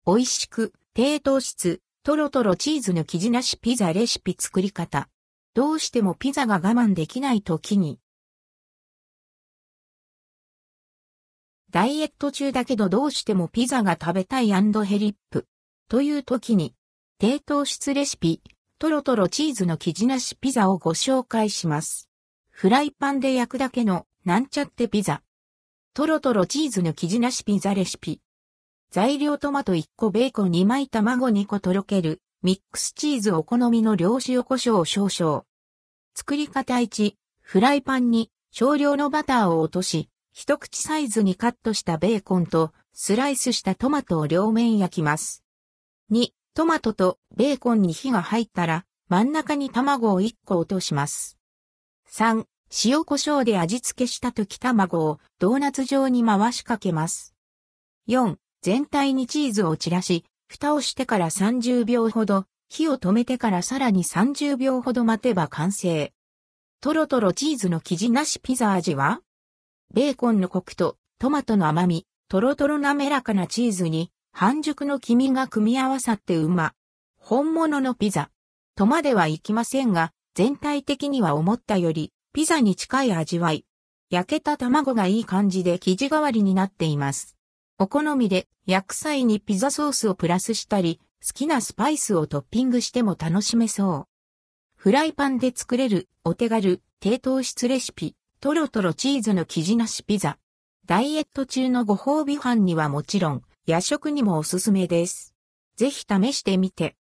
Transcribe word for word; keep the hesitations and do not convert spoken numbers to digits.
美味しく、低糖質、トロトロチーズの生地なしピザレシピ作り方。どうしてもピザが我慢できない時に。ダイエット中だけどどうしてもピザが食べたい&ヘリップ。という時に、低糖質レシピ、トロトロチーズの生地なしピザをご紹介します。フライパンで焼くだけのなんちゃってピザ。トロトロチーズの生地なしピザレシピ。材料トマトいっこ、ベーコンにまい、卵にことろける、ミックスチーズお好みの量、塩コショウ少々。作り方いち、フライパンに少量のバターを落とし、一口サイズにカットしたベーコンとスライスしたトマトを両面焼きます。に、トマトとベーコンに火が入ったら真ん中に卵をいっこ落とします。さん、塩コショウで味付けした溶き卵をドーナツ状に回しかけます。よん、全体にチーズを散らし、蓋をしてからさんじゅうびょうほど、火を止めてからさらにさんじゅうびょうほど待てば完成。トロトロチーズの生地なしピザ味はベーコンのコクとトマトの甘み、トロトロ滑らかなチーズに半熟の黄身が組み合わさってうま。本物のピザ。とまではいきませんが、全体的には思ったよりピザに近い味わい。焼けた卵がいい感じで生地代わりになっています。お好みで焼く際にピザソースをプラスしたり、好きなスパイスをトッピングしても楽しめそう。フライパンで作れるお手軽低糖質レシピ。トロトロチーズの生地なしピザ。ダイエット中のご褒美飯にはもちろん、夜食にもおすすめです。ぜひ試してみて。